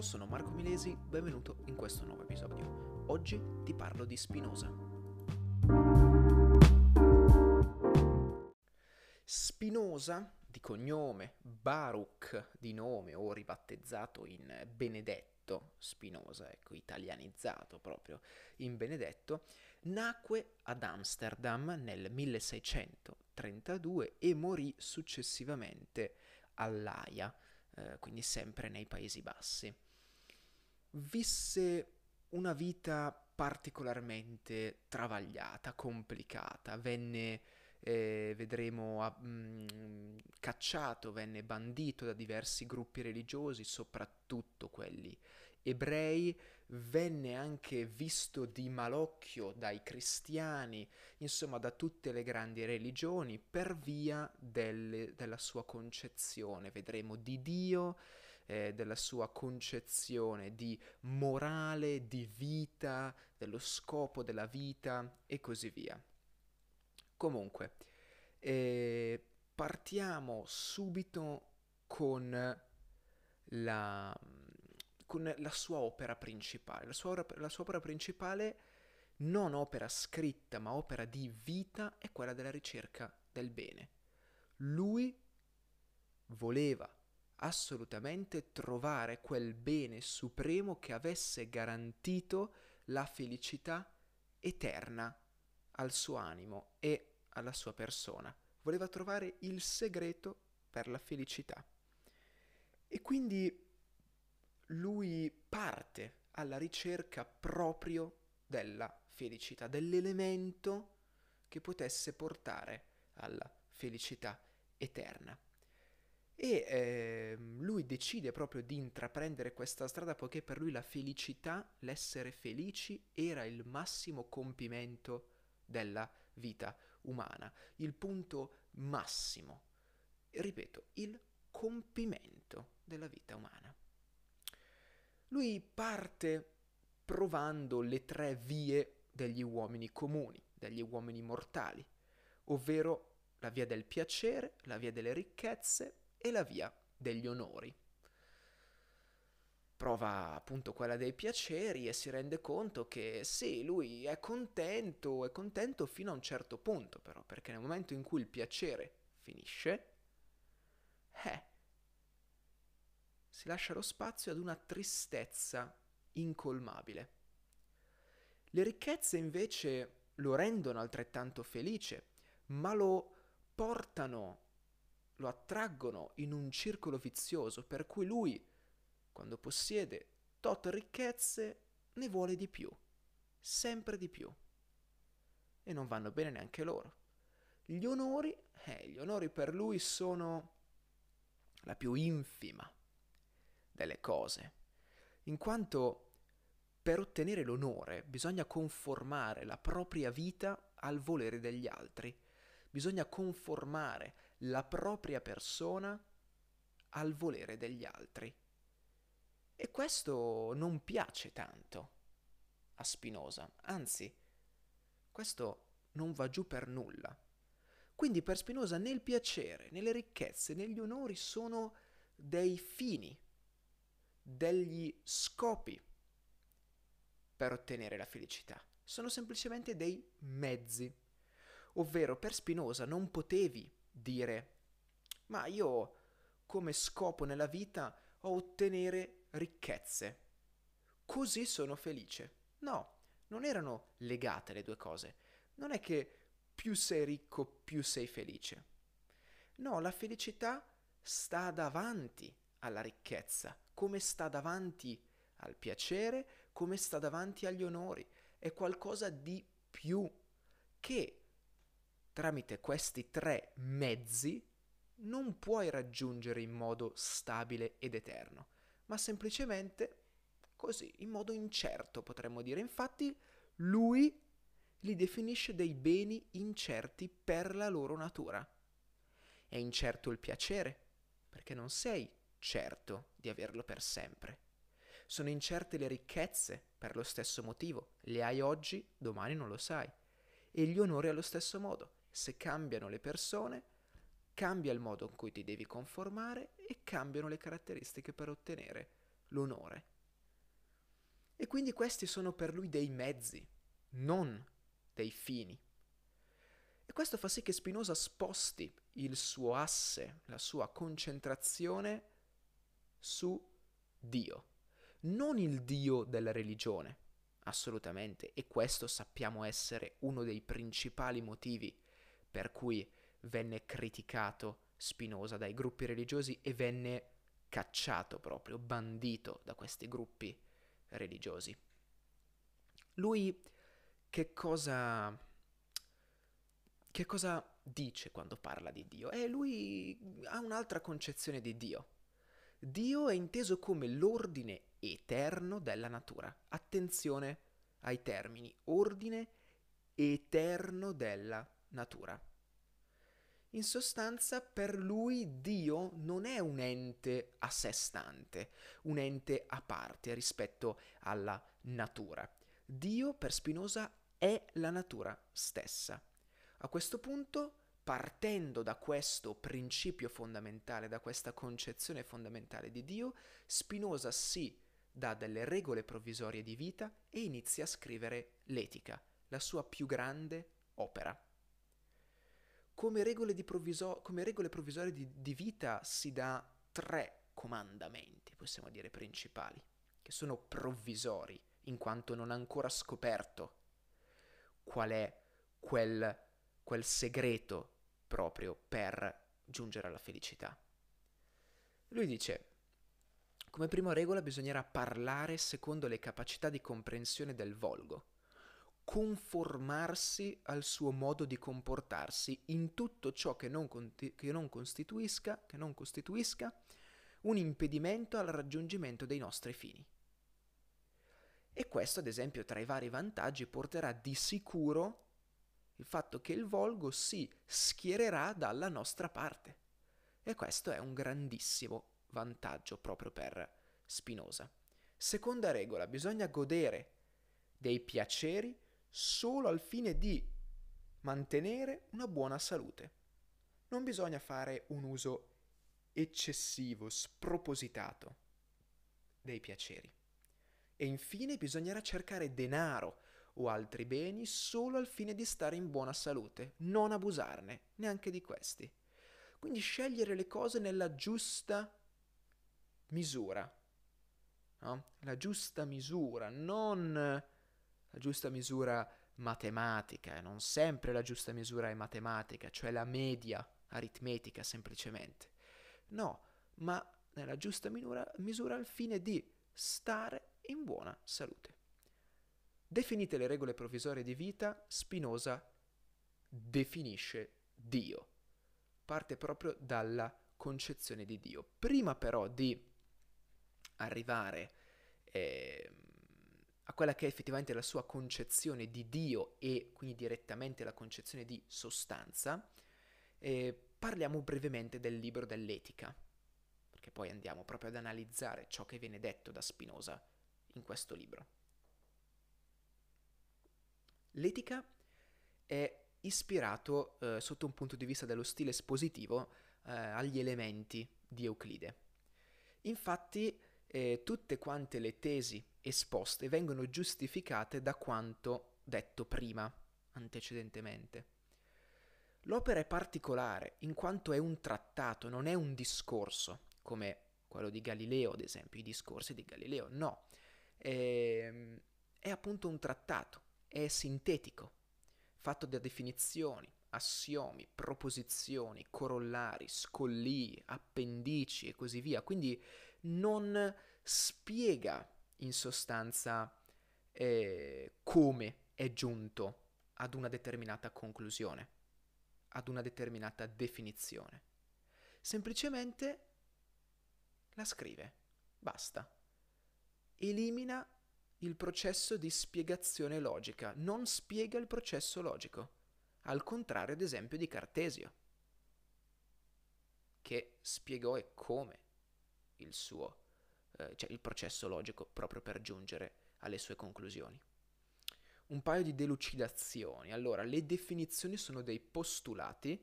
sono Marco Milesi, benvenuto in questo nuovo episodio. Oggi ti parlo di Spinoza. Spinoza, di cognome, Baruch di nome o ribattezzato in Benedetto Spinoza, ecco, italianizzato proprio in Benedetto, nacque ad Amsterdam nel 1632 e morì successivamente all'Aia, quindi sempre nei Paesi Bassi. Visse una vita particolarmente travagliata, complicata, venne cacciato, venne bandito da diversi gruppi religiosi, soprattutto quelli ebrei, venne anche visto di malocchio dai cristiani, insomma da tutte le grandi religioni per via della sua concezione, vedremo, di Dio, della sua concezione di morale, di vita, dello scopo della vita e così via. Comunque, partiamo subito con la, con la sua opera principale. La sua opera principale, non opera scritta, ma opera di vita, è quella della ricerca del bene. Lui voleva assolutamente trovare quel bene supremo che avesse garantito la felicità eterna al suo animo e alla sua persona. Voleva trovare il segreto per la felicità. E quindi lui parte alla ricerca proprio della felicità, dell'elemento che potesse portare alla felicità eterna. E lui decide proprio di intraprendere questa strada poiché per lui la felicità, l'essere felici, era il massimo compimento della vita umana, il punto massimo, ripeto, il compimento della vita umana. Lui parte provando le tre vie degli uomini comuni, degli uomini mortali, ovvero la via del piacere, la via delle ricchezze e la via degli onori. Prova appunto quella dei piaceri e si rende conto che sì, lui è contento fino a un certo punto però, perché nel momento in cui il piacere finisce, si lascia lo spazio ad una tristezza incolmabile. Le ricchezze invece lo rendono altrettanto felice, ma lo portano, lo attraggono in un circolo vizioso per cui lui, quando possiede tot ricchezze, ne vuole di più, sempre di più. E non vanno bene neanche loro. Gli onori per lui sono la più infima delle cose, in quanto per ottenere l'onore bisogna conformare la propria vita al volere degli altri, bisogna conformare la propria persona al volere degli altri. E questo non piace tanto a Spinoza, anzi, questo non va giù per nulla. Quindi per Spinoza né il piacere, né le ricchezze, né gli onori sono dei fini, degli scopi per ottenere la felicità. Sono semplicemente dei mezzi. Ovvero per Spinoza non potevi dire ma io come scopo nella vita ho ottenere ricchezze, così sono felice. No, non erano legate le due cose. Non è che più sei ricco più sei felice. No, la felicità sta davanti alla ricchezza, come sta davanti al piacere, come sta davanti agli onori. È qualcosa di più che tramite questi tre mezzi non puoi raggiungere in modo stabile ed eterno, ma semplicemente così, in modo incerto potremmo dire. Infatti lui li definisce dei beni incerti per la loro natura. È incerto il piacere, perché non sei certo di averlo per sempre. Sono incerte le ricchezze, per lo stesso motivo. Le hai oggi, domani non lo sai. E gli onori allo stesso modo. Se cambiano le persone, cambia il modo in cui ti devi conformare e cambiano le caratteristiche per ottenere l'onore. E quindi questi sono per lui dei mezzi, non dei fini. E questo fa sì che Spinoza sposti il suo asse, la sua concentrazione su Dio. Non il Dio della religione, assolutamente, e questo sappiamo essere uno dei principali motivi per cui venne criticato Spinoza dai gruppi religiosi e venne cacciato proprio, bandito da questi gruppi religiosi. Lui che cosa, che cosa dice quando parla di Dio? Lui ha un'altra concezione di Dio. Dio è inteso come l'ordine eterno della natura. Attenzione ai termini, ordine eterno della natura. In sostanza, per lui Dio non è un ente a sé stante, un ente a parte rispetto alla natura. Dio, per Spinoza, è la natura stessa. A questo punto, partendo da questo principio fondamentale, da questa concezione fondamentale di Dio, Spinoza si dà delle regole provvisorie di vita e inizia a scrivere l'Etica, la sua più grande opera. Come regole provvisorie di vita si dà 3 comandamenti, possiamo dire principali, che sono provvisori, in quanto non ha ancora scoperto qual è quel segreto proprio per giungere alla felicità. Lui dice, come prima regola bisognerà parlare secondo le capacità di comprensione del volgo, conformarsi al suo modo di comportarsi in tutto ciò che non costituisca un impedimento al raggiungimento dei nostri fini. E questo, ad esempio, tra i vari vantaggi porterà di sicuro il fatto che il volgo si schiererà dalla nostra parte. E questo è un grandissimo vantaggio proprio per Spinoza. Seconda regola, bisogna godere dei piaceri solo al fine di mantenere una buona salute. Non bisogna fare un uso eccessivo, spropositato dei piaceri. E infine bisognerà cercare denaro o altri beni solo al fine di stare in buona salute, non abusarne, neanche di questi. Quindi scegliere le cose nella giusta misura, no? La giusta misura, non la giusta misura matematica, non sempre la giusta misura è matematica, cioè la media aritmetica semplicemente. No, ma nella giusta misura al fine di stare in buona salute. Definite le regole provvisorie di vita, Spinoza definisce Dio. Parte proprio dalla concezione di Dio. Prima però di arrivare a quella che è effettivamente la sua concezione di Dio e quindi direttamente la concezione di sostanza, parliamo brevemente del libro dell'Etica, perché poi andiamo proprio ad analizzare ciò che viene detto da Spinoza in questo libro. L'Etica è ispirato sotto un punto di vista dello stile espositivo agli elementi di Euclide. Infatti tutte quante le tesi esposte vengono giustificate da quanto detto prima, antecedentemente. L'opera è particolare in quanto è un trattato, non è un discorso, come quello di Galileo, ad esempio, i discorsi di Galileo, no. È appunto un trattato, è sintetico, fatto da definizioni, assiomi, proposizioni, corollari, scollii, appendici e così via. Quindi non spiega in sostanza come è giunto ad una determinata conclusione, ad una determinata definizione. Semplicemente la scrive, basta. Elimina il processo di spiegazione logica, non spiega il processo logico, al contrario ad esempio di Cartesio, che spiegò e come il suo, cioè il processo logico proprio per giungere alle sue conclusioni. Un paio di delucidazioni. Allora, le definizioni sono dei postulati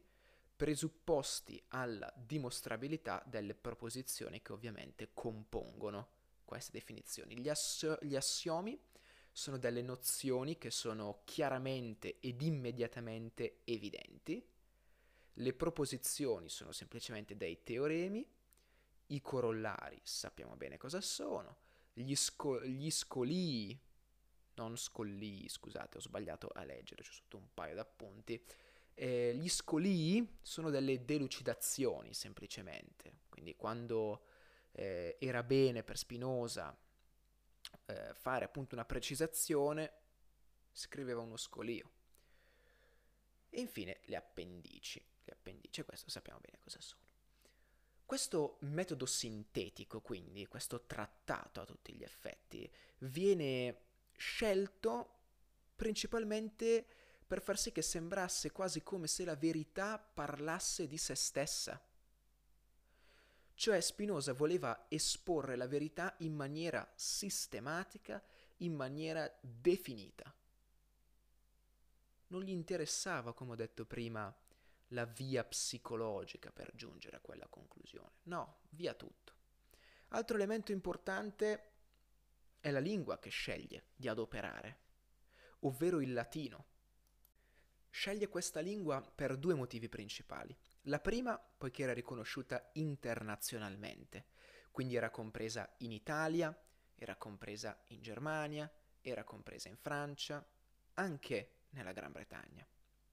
presupposti alla dimostrabilità delle proposizioni che ovviamente compongono queste definizioni. Gli assiomi sono delle nozioni che sono chiaramente ed immediatamente evidenti. Le proposizioni sono semplicemente dei teoremi. I corollari sappiamo bene cosa sono. Gli scolii, non scollii, scusate, ho sbagliato a leggere, c'è sotto un paio d'appunti. Gli scolii sono delle delucidazioni semplicemente, quindi quando era bene per Spinoza fare appunto una precisazione, scriveva uno scolio. E infine le appendici, questo sappiamo bene cosa sono. Questo metodo sintetico, quindi, questo trattato a tutti gli effetti, viene scelto principalmente per far sì che sembrasse quasi come se la verità parlasse di se stessa. Cioè Spinoza voleva esporre la verità in maniera sistematica, in maniera definita. Non gli interessava, come ho detto prima, la via psicologica per giungere a quella conclusione. No, via tutto. Altro elemento importante è la lingua che sceglie di adoperare, ovvero il latino. Sceglie questa lingua per due motivi principali. La prima, poiché era riconosciuta internazionalmente, quindi era compresa in Italia, era compresa in Germania, era compresa in Francia, anche nella Gran Bretagna.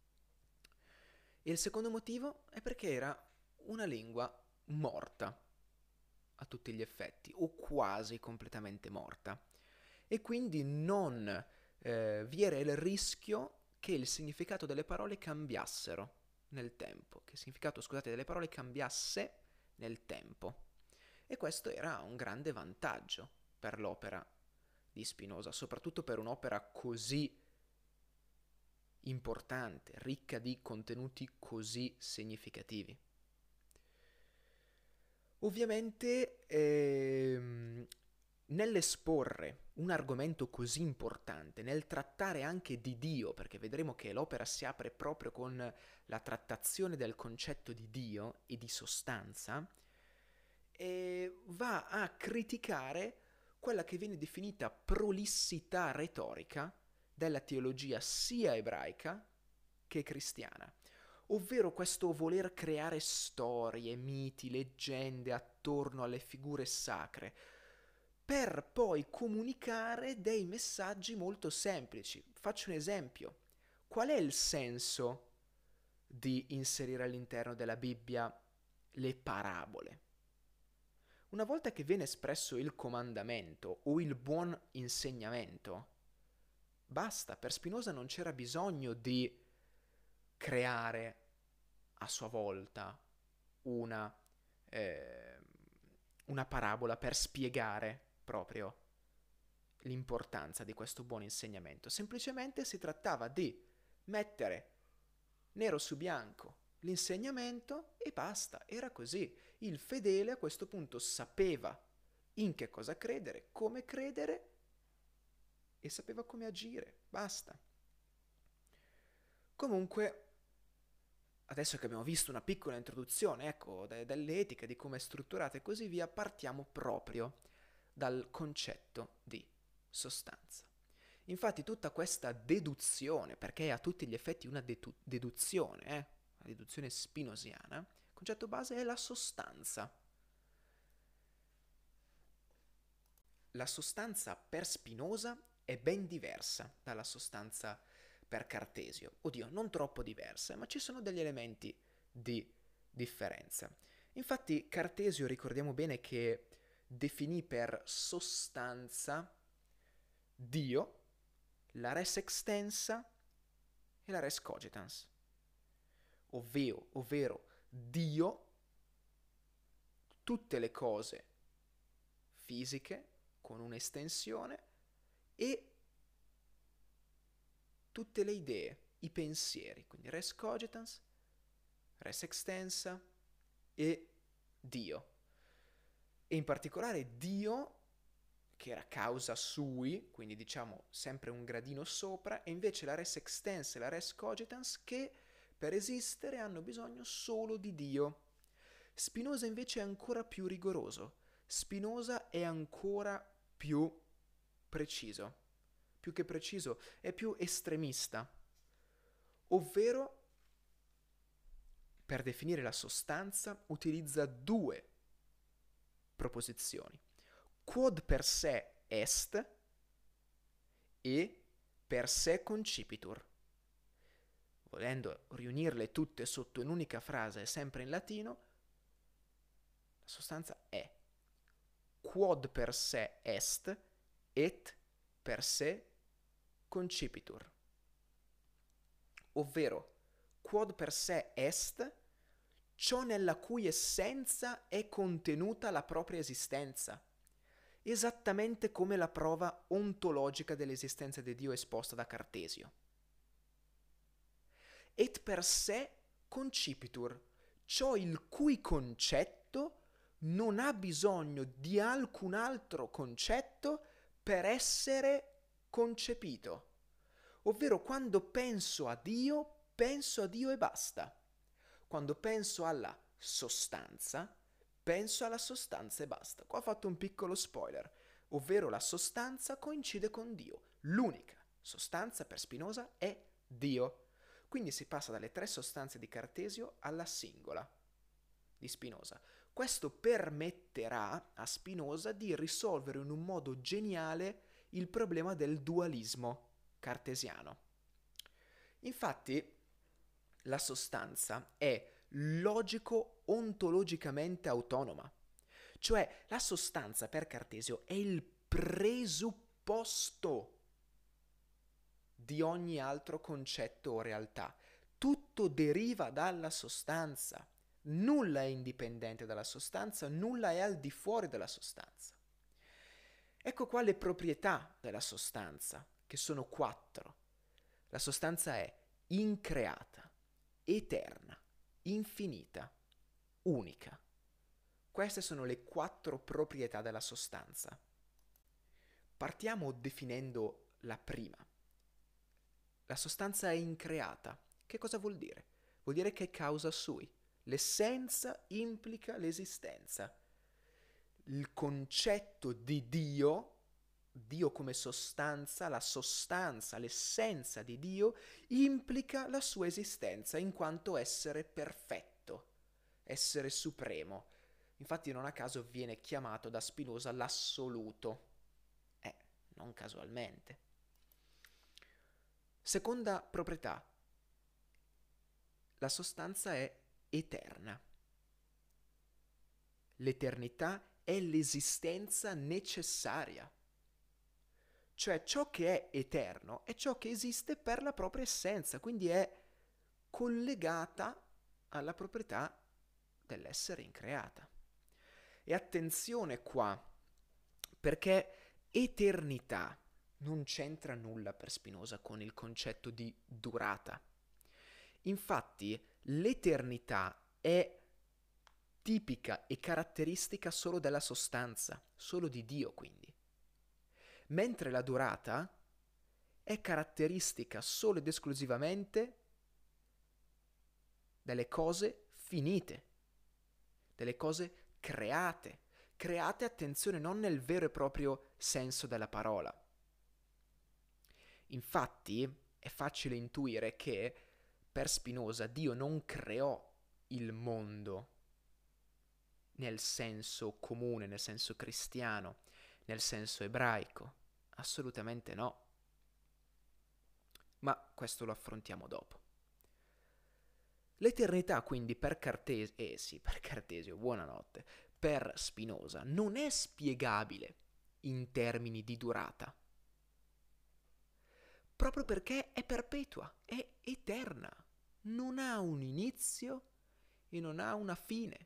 E il secondo motivo è perché era una lingua morta, a tutti gli effetti, o quasi completamente morta. E quindi non vi era il rischio che il significato delle parole cambiassero nel tempo, che il significato, scusate, delle parole cambiasse nel tempo. E questo era un grande vantaggio per l'opera di Spinoza, soprattutto per un'opera così importante, ricca di contenuti così significativi. Ovviamente nell'esporre un argomento così importante, nel trattare anche di Dio, perché vedremo che l'opera si apre proprio con la trattazione del concetto di Dio e di sostanza, va a criticare quella che viene definita prolissità retorica della teologia sia ebraica che cristiana, ovvero questo voler creare storie, miti, leggende attorno alle figure sacre, per poi comunicare dei messaggi molto semplici. Faccio un esempio. Qual è il senso di inserire all'interno della Bibbia le parabole? Una volta che viene espresso il comandamento o il buon insegnamento, basta, per Spinoza non c'era bisogno di creare a sua volta una, eh, una parabola per spiegare proprio l'importanza di questo buon insegnamento. Semplicemente si trattava di mettere nero su bianco l'insegnamento e basta, era così. Il fedele a questo punto sapeva in che cosa credere, come credere e sapeva come agire, basta. Comunque, adesso che abbiamo visto una piccola introduzione, ecco, dell'etica, di come è strutturata e così via, partiamo proprio dal concetto di sostanza. Infatti tutta questa deduzione, perché è a tutti gli effetti una deduzione, una deduzione spinosiana, il concetto base è la sostanza. La sostanza per Spinoza è ben diversa dalla sostanza per Cartesio. Oddio, non troppo diversa, ma ci sono degli elementi di differenza. Infatti Cartesio, ricordiamo bene che definì per sostanza Dio, la res extensa e la res cogitans, ovvero Dio, tutte le cose fisiche con un'estensione e tutte le idee, i pensieri, quindi res cogitans, res extensa e Dio. E in particolare Dio, che era causa sui, quindi diciamo sempre un gradino sopra, e invece la res extensa e la res cogitans che per esistere hanno bisogno solo di Dio. Spinoza invece è ancora più rigoroso. Spinoza è ancora più preciso. Più che preciso, è più estremista. Ovvero, per definire la sostanza, utilizza due proposizioni. Quod per sé est e per sé concipitur. Volendo riunirle tutte sotto un'unica frase, sempre in latino, la sostanza è quod per sé est et per sé concipitur. Ovvero, quod per sé est, ciò nella cui essenza è contenuta la propria esistenza, esattamente come la prova ontologica dell'esistenza di Dio esposta da Cartesio. Et per sé concipitur, ciò il cui concetto non ha bisogno di alcun altro concetto per essere concepito. Ovvero, quando penso a Dio e basta. Quando penso alla sostanza e basta. Qua ho fatto un piccolo spoiler, ovvero la sostanza coincide con Dio. L'unica sostanza per Spinoza è Dio. Quindi si passa dalle tre sostanze di Cartesio alla singola di Spinoza. Questo permetterà a Spinoza di risolvere in un modo geniale il problema del dualismo cartesiano. Infatti, la sostanza è logico-ontologicamente autonoma. Cioè, la sostanza per Cartesio è il presupposto di ogni altro concetto o realtà. Tutto deriva dalla sostanza. Nulla è indipendente dalla sostanza, nulla è al di fuori della sostanza. Ecco qua le proprietà della sostanza, che sono 4. La sostanza è increata, eterna, infinita, unica. Queste sono le 4 proprietà della sostanza. Partiamo definendo la prima. La sostanza è increata. Che cosa vuol dire? Vuol dire che è causa sui. L'essenza implica l'esistenza. Il concetto di Dio, Dio come sostanza, la sostanza, l'essenza di Dio, implica la sua esistenza in quanto essere perfetto, essere supremo. Infatti non a caso viene chiamato da Spinoza l'assoluto. Non casualmente. Seconda proprietà. La sostanza è eterna. L'eternità è l'esistenza necessaria. Cioè ciò che è eterno è ciò che esiste per la propria essenza, quindi è collegata alla proprietà dell'essere increata. E attenzione qua, perché eternità non c'entra nulla per Spinoza con il concetto di durata. Infatti, l'eternità è tipica e caratteristica solo della sostanza, solo di Dio quindi. Mentre la durata è caratteristica solo ed esclusivamente delle cose finite, delle cose create. Create, attenzione, non nel vero e proprio senso della parola. Infatti, è facile intuire che per Spinoza Dio non creò il mondo nel senso comune, nel senso cristiano, nel senso ebraico. Assolutamente no. Ma questo lo affrontiamo dopo. L'eternità quindi per Cartesio, buonanotte, per Spinoza non è spiegabile in termini di durata, proprio perché è perpetua, è eterna, non ha un inizio e non ha una fine.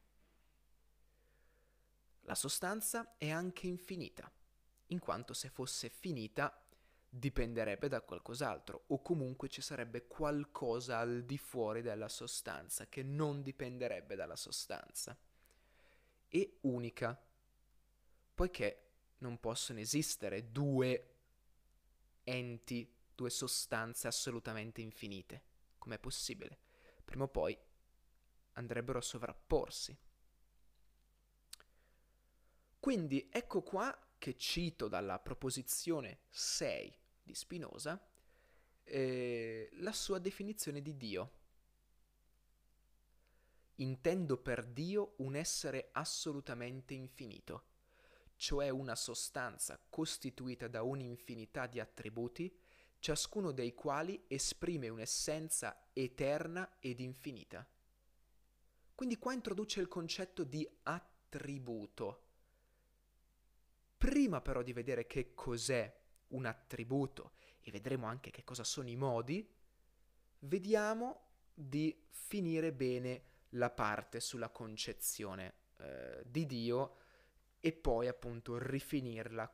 La sostanza è anche infinita, in quanto se fosse finita dipenderebbe da qualcos'altro, o comunque ci sarebbe qualcosa al di fuori della sostanza che non dipenderebbe dalla sostanza. E unica, poiché non possono esistere due enti, due sostanze assolutamente infinite. Com'è possibile? Prima o poi andrebbero a sovrapporsi. Quindi ecco qua che cito dalla proposizione 6 di Spinoza la sua definizione di Dio. Intendo per Dio un essere assolutamente infinito, cioè una sostanza costituita da un'infinità di attributi, ciascuno dei quali esprime un'essenza eterna ed infinita. Quindi qua introduce il concetto di attributo. Prima però di vedere che cos'è un attributo e vedremo anche che cosa sono i modi, vediamo di finire bene la parte sulla concezione di Dio e poi appunto rifinirla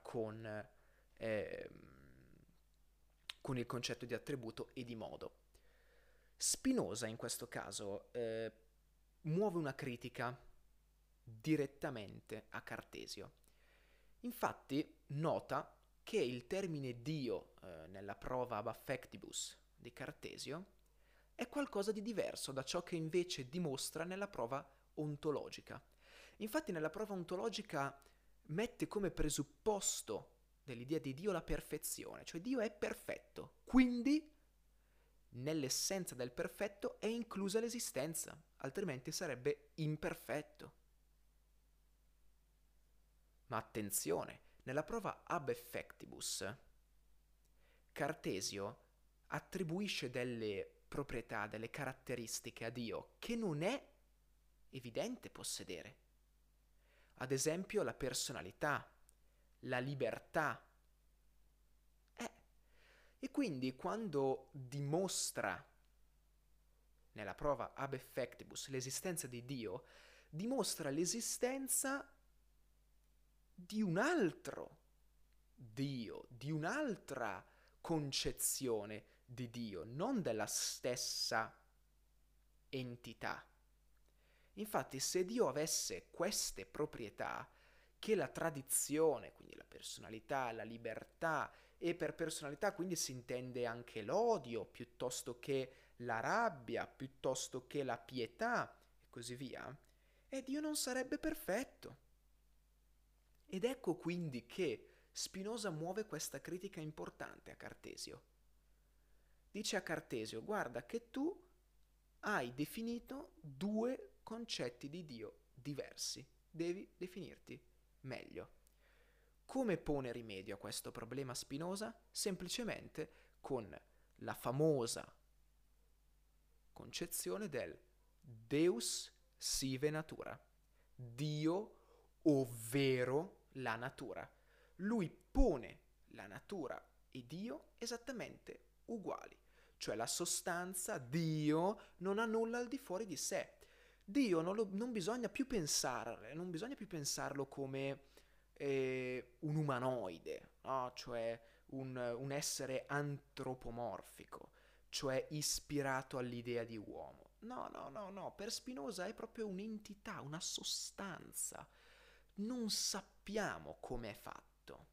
con il concetto di attributo e di modo. Spinoza in questo caso muove una critica direttamente a Cartesio. Infatti nota che il termine Dio nella prova ab affectibus di Cartesio è qualcosa di diverso da ciò che invece dimostra nella prova ontologica. Infatti nella prova ontologica mette come presupposto dell'idea di Dio la perfezione, cioè Dio è perfetto, quindi nell'essenza del perfetto è inclusa l'esistenza, altrimenti sarebbe imperfetto. Ma attenzione, nella prova ab effectibus, Cartesio attribuisce delle proprietà, delle caratteristiche a Dio che non è evidente possedere. Ad esempio la personalità, la libertà. E quindi quando dimostra nella prova ab effectibus l'esistenza di Dio, dimostra l'esistenza di un altro Dio, di un'altra concezione di Dio, non della stessa entità. Infatti, se Dio avesse queste proprietà, che la tradizione, quindi la personalità, la libertà, e per personalità quindi si intende anche l'odio, piuttosto che la rabbia, piuttosto che la pietà, e così via, e Dio non sarebbe perfetto. Ed ecco quindi che Spinoza muove questa critica importante a Cartesio. Dice a Cartesio, guarda che tu hai definito due concetti di Dio diversi, devi definirti meglio. Come pone rimedio a questo problema Spinoza? Semplicemente con la famosa concezione del Deus sive natura, Dio ovvero la natura. Lui pone la natura e Dio esattamente uguali, cioè la sostanza, Dio, non ha nulla al di fuori di sé. Dio non bisogna più pensarlo, non bisogna più pensarlo come un umanoide, no? Cioè un essere antropomorfico, cioè ispirato all'idea di uomo. No, no, no, no, per Spinoza è proprio un'entità, una sostanza. Non sappiamo come è fatto,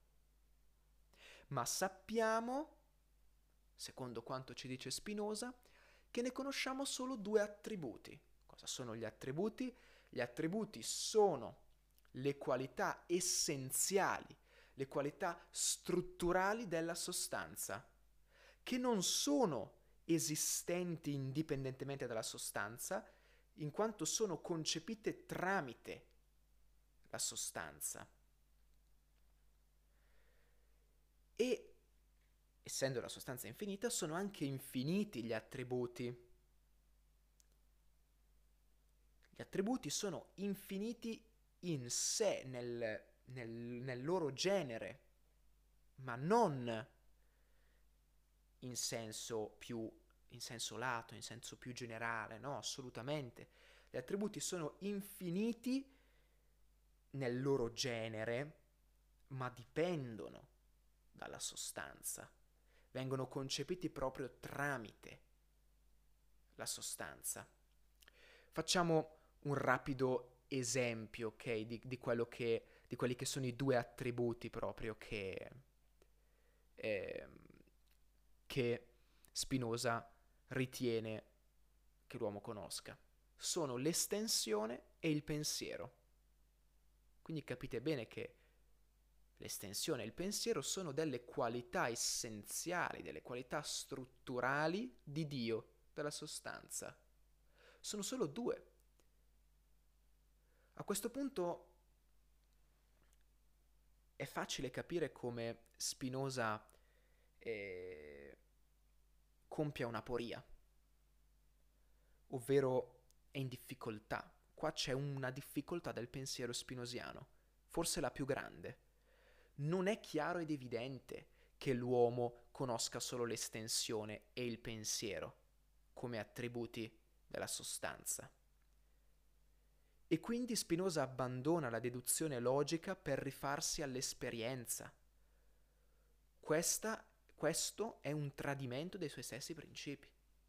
ma sappiamo, secondo quanto ci dice Spinoza, che ne conosciamo solo due attributi. Cosa sono gli attributi? Gli attributi sono le qualità essenziali, le qualità strutturali della sostanza, che non sono esistenti indipendentemente dalla sostanza, in quanto sono concepite tramite la sostanza. E, essendo la sostanza infinita, sono anche infiniti gli attributi. Gli attributi sono infiniti in sé, nel loro genere, ma non in senso lato, in senso più generale, no, assolutamente. Gli attributi sono infiniti nel loro genere, ma dipendono dalla sostanza. Vengono concepiti proprio tramite la sostanza. Facciamo un rapido esempio, ok, di quelli che sono i due attributi proprio eh, che Spinoza ritiene che l'uomo conosca. Sono l'estensione e il pensiero. Quindi capite bene che l'estensione e il pensiero sono delle qualità essenziali, delle qualità strutturali di Dio, della sostanza. Sono solo due. A questo punto è facile capire come Spinoza compia una aporia, ovvero è in difficoltà. Qua c'è una difficoltà del pensiero spinosiano, forse la più grande. Non è chiaro ed evidente che l'uomo conosca solo l'estensione e il pensiero come attributi della sostanza. E quindi Spinoza abbandona la deduzione logica per rifarsi all'esperienza. Questo è un tradimento dei suoi stessi principi.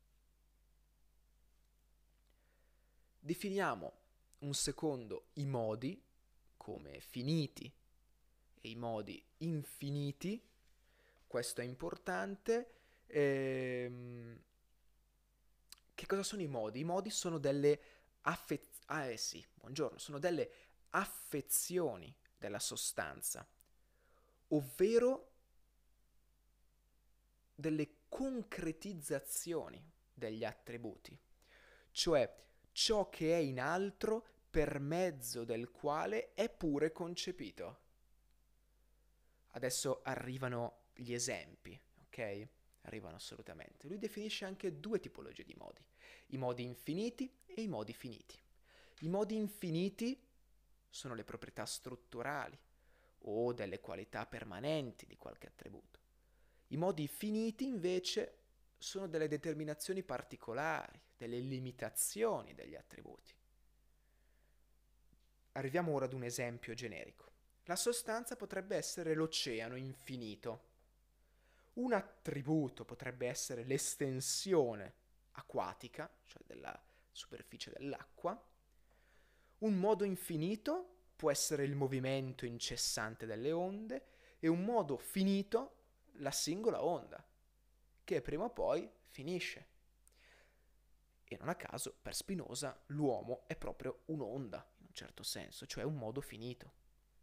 Definiamo un secondo i modi come finiti e i modi infiniti. Questo è importante. Che cosa sono i modi? I modi sono delle sono delle affezioni della sostanza, ovvero delle concretizzazioni degli attributi, cioè ciò che è in altro per mezzo del quale è pure concepito. Adesso arrivano gli esempi, ok? Arrivano assolutamente. Lui definisce anche due tipologie di modi, i modi infiniti e i modi finiti. I modi infiniti sono le proprietà strutturali o delle qualità permanenti di qualche attributo. I modi finiti invece sono delle determinazioni particolari, delle limitazioni degli attributi. Arriviamo ora ad un esempio generico. La sostanza potrebbe essere l'oceano infinito. Un attributo potrebbe essere l'estensione acquatica, cioè della superficie dell'acqua. Un modo infinito può essere il movimento incessante delle onde e un modo finito la singola onda, che prima o poi finisce. E non a caso, per Spinoza, l'uomo è proprio un'onda, in un certo senso, cioè un modo finito.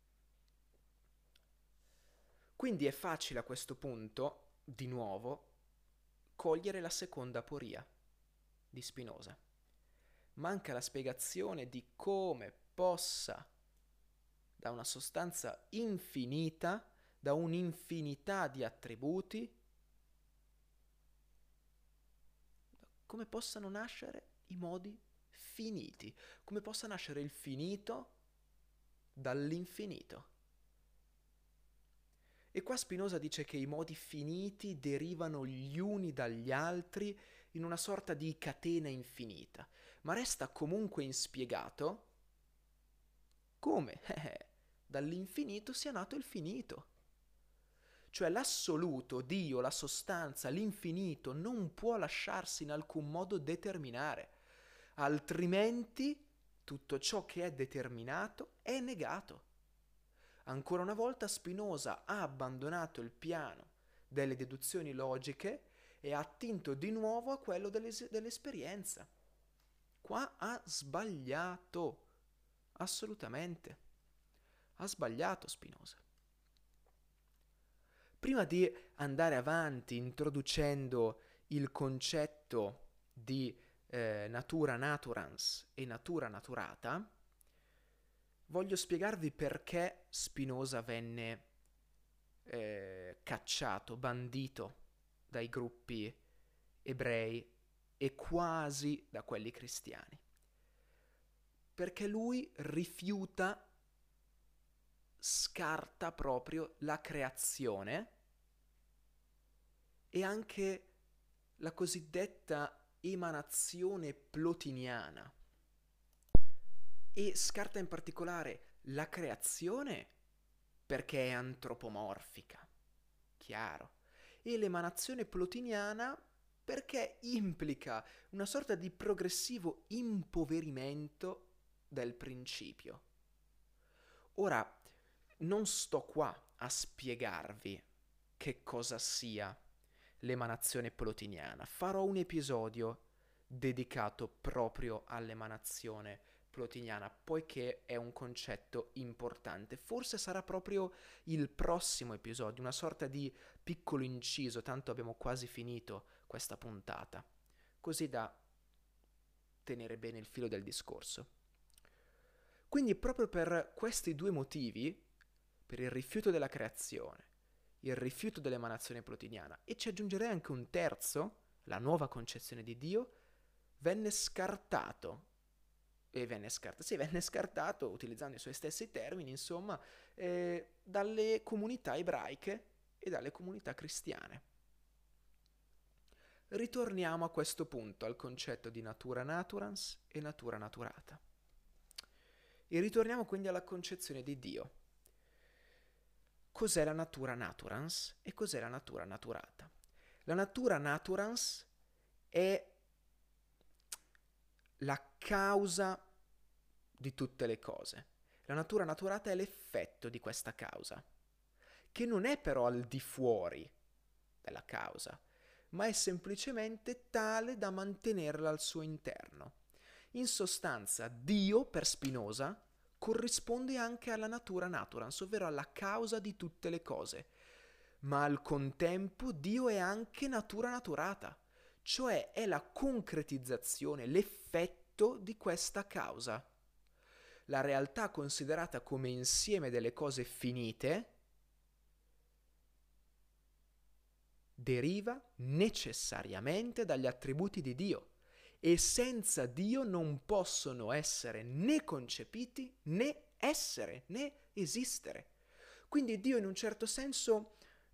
Quindi è facile a questo punto, di nuovo, cogliere la seconda aporia di Spinoza. Manca la spiegazione di come possa, da una sostanza infinita, da un'infinità di attributi, come possano nascere i modi finiti, come possa nascere il finito dall'infinito. E qua Spinoza dice che i modi finiti derivano gli uni dagli altri in una sorta di catena infinita, ma resta comunque inspiegato come dall'infinito sia nato il finito. Cioè l'assoluto, Dio, la sostanza, l'infinito non può lasciarsi in alcun modo determinare, altrimenti tutto ciò che è determinato è negato. Ancora una volta Spinoza ha abbandonato il piano delle deduzioni logiche e ha attinto di nuovo a quello dell'esperienza. Qua ha sbagliato, assolutamente. Ha sbagliato Spinoza. Prima di andare avanti introducendo il concetto di natura naturans e natura naturata, voglio spiegarvi perché Spinoza venne cacciato, bandito dai gruppi ebrei e quasi da quelli cristiani. Perché lui scarta proprio la creazione e anche la cosiddetta emanazione plotiniana. E scarta in particolare la creazione perché è antropomorfica, chiaro, e l'emanazione plotiniana perché implica una sorta di progressivo impoverimento del principio. Ora, non sto qua a spiegarvi che cosa sia l'emanazione plotiniana. Farò un episodio dedicato proprio all'emanazione plotiniana, poiché è un concetto importante. Forse sarà proprio il prossimo episodio, una sorta di piccolo inciso, tanto abbiamo quasi finito questa puntata, così da tenere bene il filo del discorso. Quindi proprio per questi due motivi, per il rifiuto della creazione, il rifiuto dell'emanazione plotiniana, e ci aggiungerei anche un terzo, la nuova concezione di Dio, venne scartato, venne scartato utilizzando i suoi stessi termini, insomma, dalle comunità ebraiche e dalle comunità cristiane. Ritorniamo a questo punto al concetto di natura naturans e natura naturata. E ritorniamo quindi alla concezione di Dio. Cos'è la natura naturans e cos'è la natura naturata? La natura naturans è la causa di tutte le cose. La natura naturata è l'effetto di questa causa, che non è però al di fuori della causa, ma è semplicemente tale da mantenerla al suo interno. In sostanza, Dio, per Spinoza, corrisponde anche alla natura naturans, ovvero alla causa di tutte le cose, ma al contempo Dio è anche natura naturata, cioè è la concretizzazione, l'effetto di questa causa. La realtà considerata come insieme delle cose finite deriva necessariamente dagli attributi di Dio e senza Dio non possono essere né concepiti né essere né esistere. Quindi Dio in un certo senso,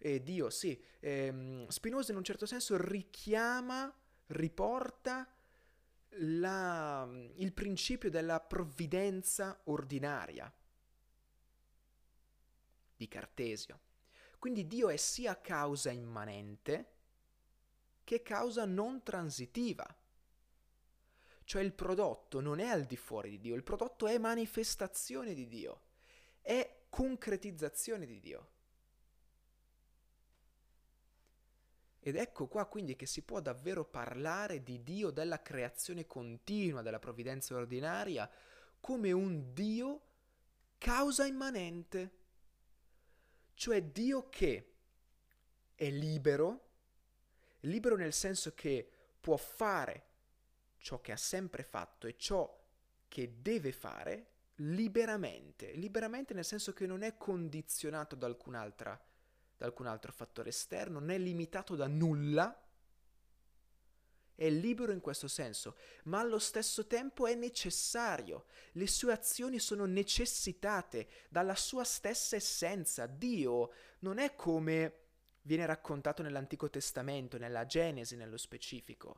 Spinoza in un certo senso richiama, riporta il principio della provvidenza ordinaria di Cartesio. Quindi Dio è sia causa immanente che causa non transitiva. Cioè il prodotto non è al di fuori di Dio, il prodotto è manifestazione di Dio, è concretizzazione di Dio. Ed ecco qua quindi che si può davvero parlare di Dio della creazione continua, della provvidenza ordinaria, come un Dio causa immanente. Cioè Dio che è libero nel senso che può fare ciò che ha sempre fatto e ciò che deve fare liberamente nel senso che non è condizionato da alcun altro fattore esterno, non è limitato da nulla, è libero in questo senso, ma allo stesso tempo è necessario. Le sue azioni sono necessitate dalla sua stessa essenza. Dio non è come viene raccontato nell'Antico Testamento, nella Genesi nello specifico.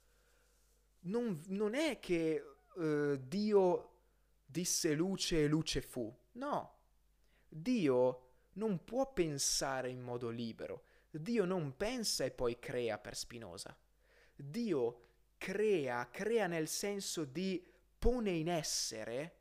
Non è che Dio disse luce e luce fu. No, Dio non può pensare in modo libero. Dio non pensa e poi crea per Spinoza. Dio crea nel senso di pone in essere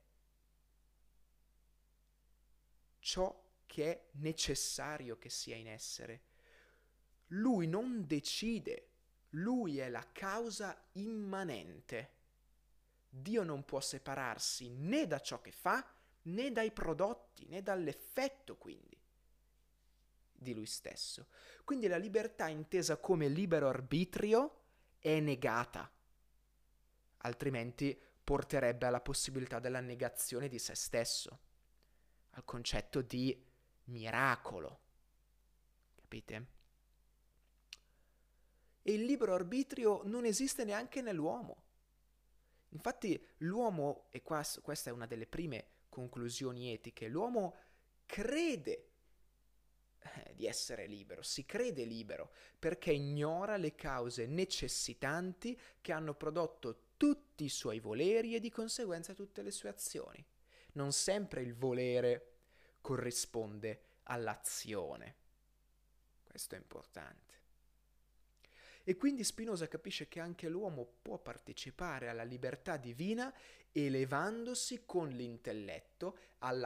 ciò che è necessario che sia in essere. Lui non decide, lui è la causa immanente. Dio non può separarsi né da ciò che fa, né dai prodotti, né dall'effetto quindi di lui stesso. Quindi la libertà intesa come libero arbitrio è negata, altrimenti porterebbe alla possibilità della negazione di se stesso, al concetto di miracolo, capite? E il libero arbitrio non esiste neanche nell'uomo. Infatti l'uomo, e questa è una delle prime conclusioni etiche, l'uomo crede di essere libero, si crede libero, perché ignora le cause necessitanti che hanno prodotto tutti i suoi voleri e di conseguenza tutte le sue azioni. Non sempre il volere corrisponde all'azione. Questo è importante. E quindi Spinoza capisce che anche l'uomo può partecipare alla libertà divina elevandosi con l'intelletto alla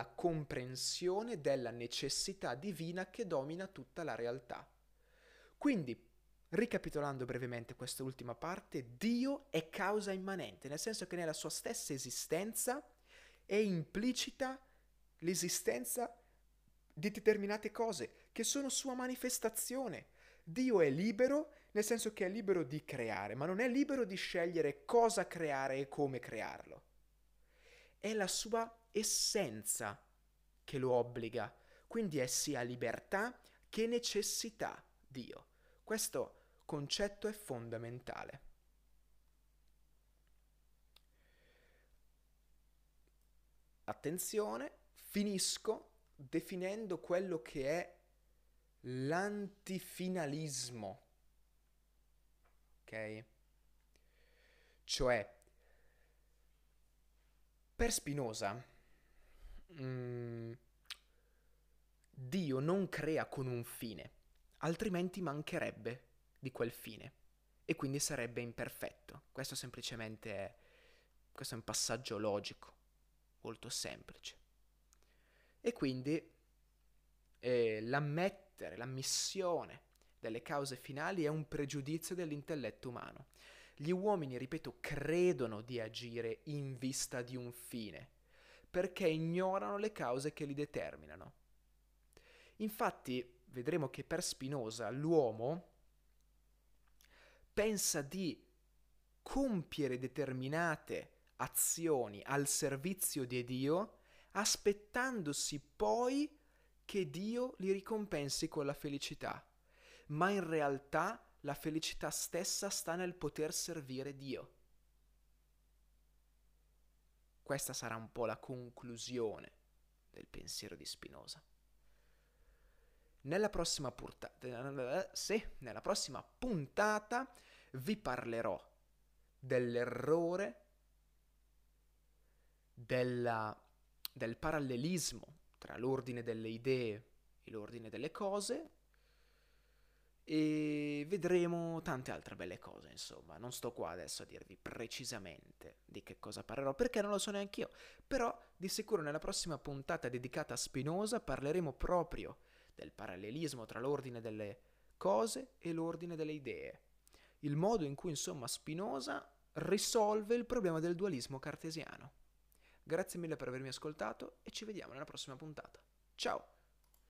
comprensione della necessità divina che domina tutta la realtà. Quindi Ricapitolando brevemente questa ultima parte, Dio è causa immanente, nel senso che nella sua stessa esistenza è implicita l'esistenza di determinate cose che sono sua manifestazione. Dio è libero, nel senso che è libero di creare, ma non è libero di scegliere cosa creare e come crearlo. È la sua essenza che lo obbliga, quindi è sia libertà che necessità Dio. Questo concetto è fondamentale. Attenzione, finisco definendo quello che è l'antifinalismo, ok? Cioè, per Spinoza, Dio non crea con un fine, altrimenti mancherebbe di quel fine e quindi sarebbe imperfetto. Questo è un passaggio logico, molto semplice. E quindi l'ammissione delle cause finali è un pregiudizio dell'intelletto umano. Gli uomini, ripeto, credono di agire in vista di un fine, perché ignorano le cause che li determinano. Infatti, vedremo che per Spinoza l'uomo pensa di compiere determinate azioni al servizio di Dio, aspettandosi poi che Dio li ricompensi con la felicità. Ma in realtà la felicità stessa sta nel poter servire Dio. Questa sarà un po' la conclusione del pensiero di Spinoza. Nella prossima puntata vi parlerò dell'errore del parallelismo tra l'ordine delle idee e l'ordine delle cose e vedremo tante altre belle cose, insomma. Non sto qua adesso a dirvi precisamente di che cosa parlerò, perché non lo so neanche io, però di sicuro nella prossima puntata dedicata a Spinoza parleremo proprio del parallelismo tra l'ordine delle cose e l'ordine delle idee. Il modo in cui, insomma, Spinoza risolve il problema del dualismo cartesiano. Grazie mille per avermi ascoltato e ci vediamo nella prossima puntata. Ciao!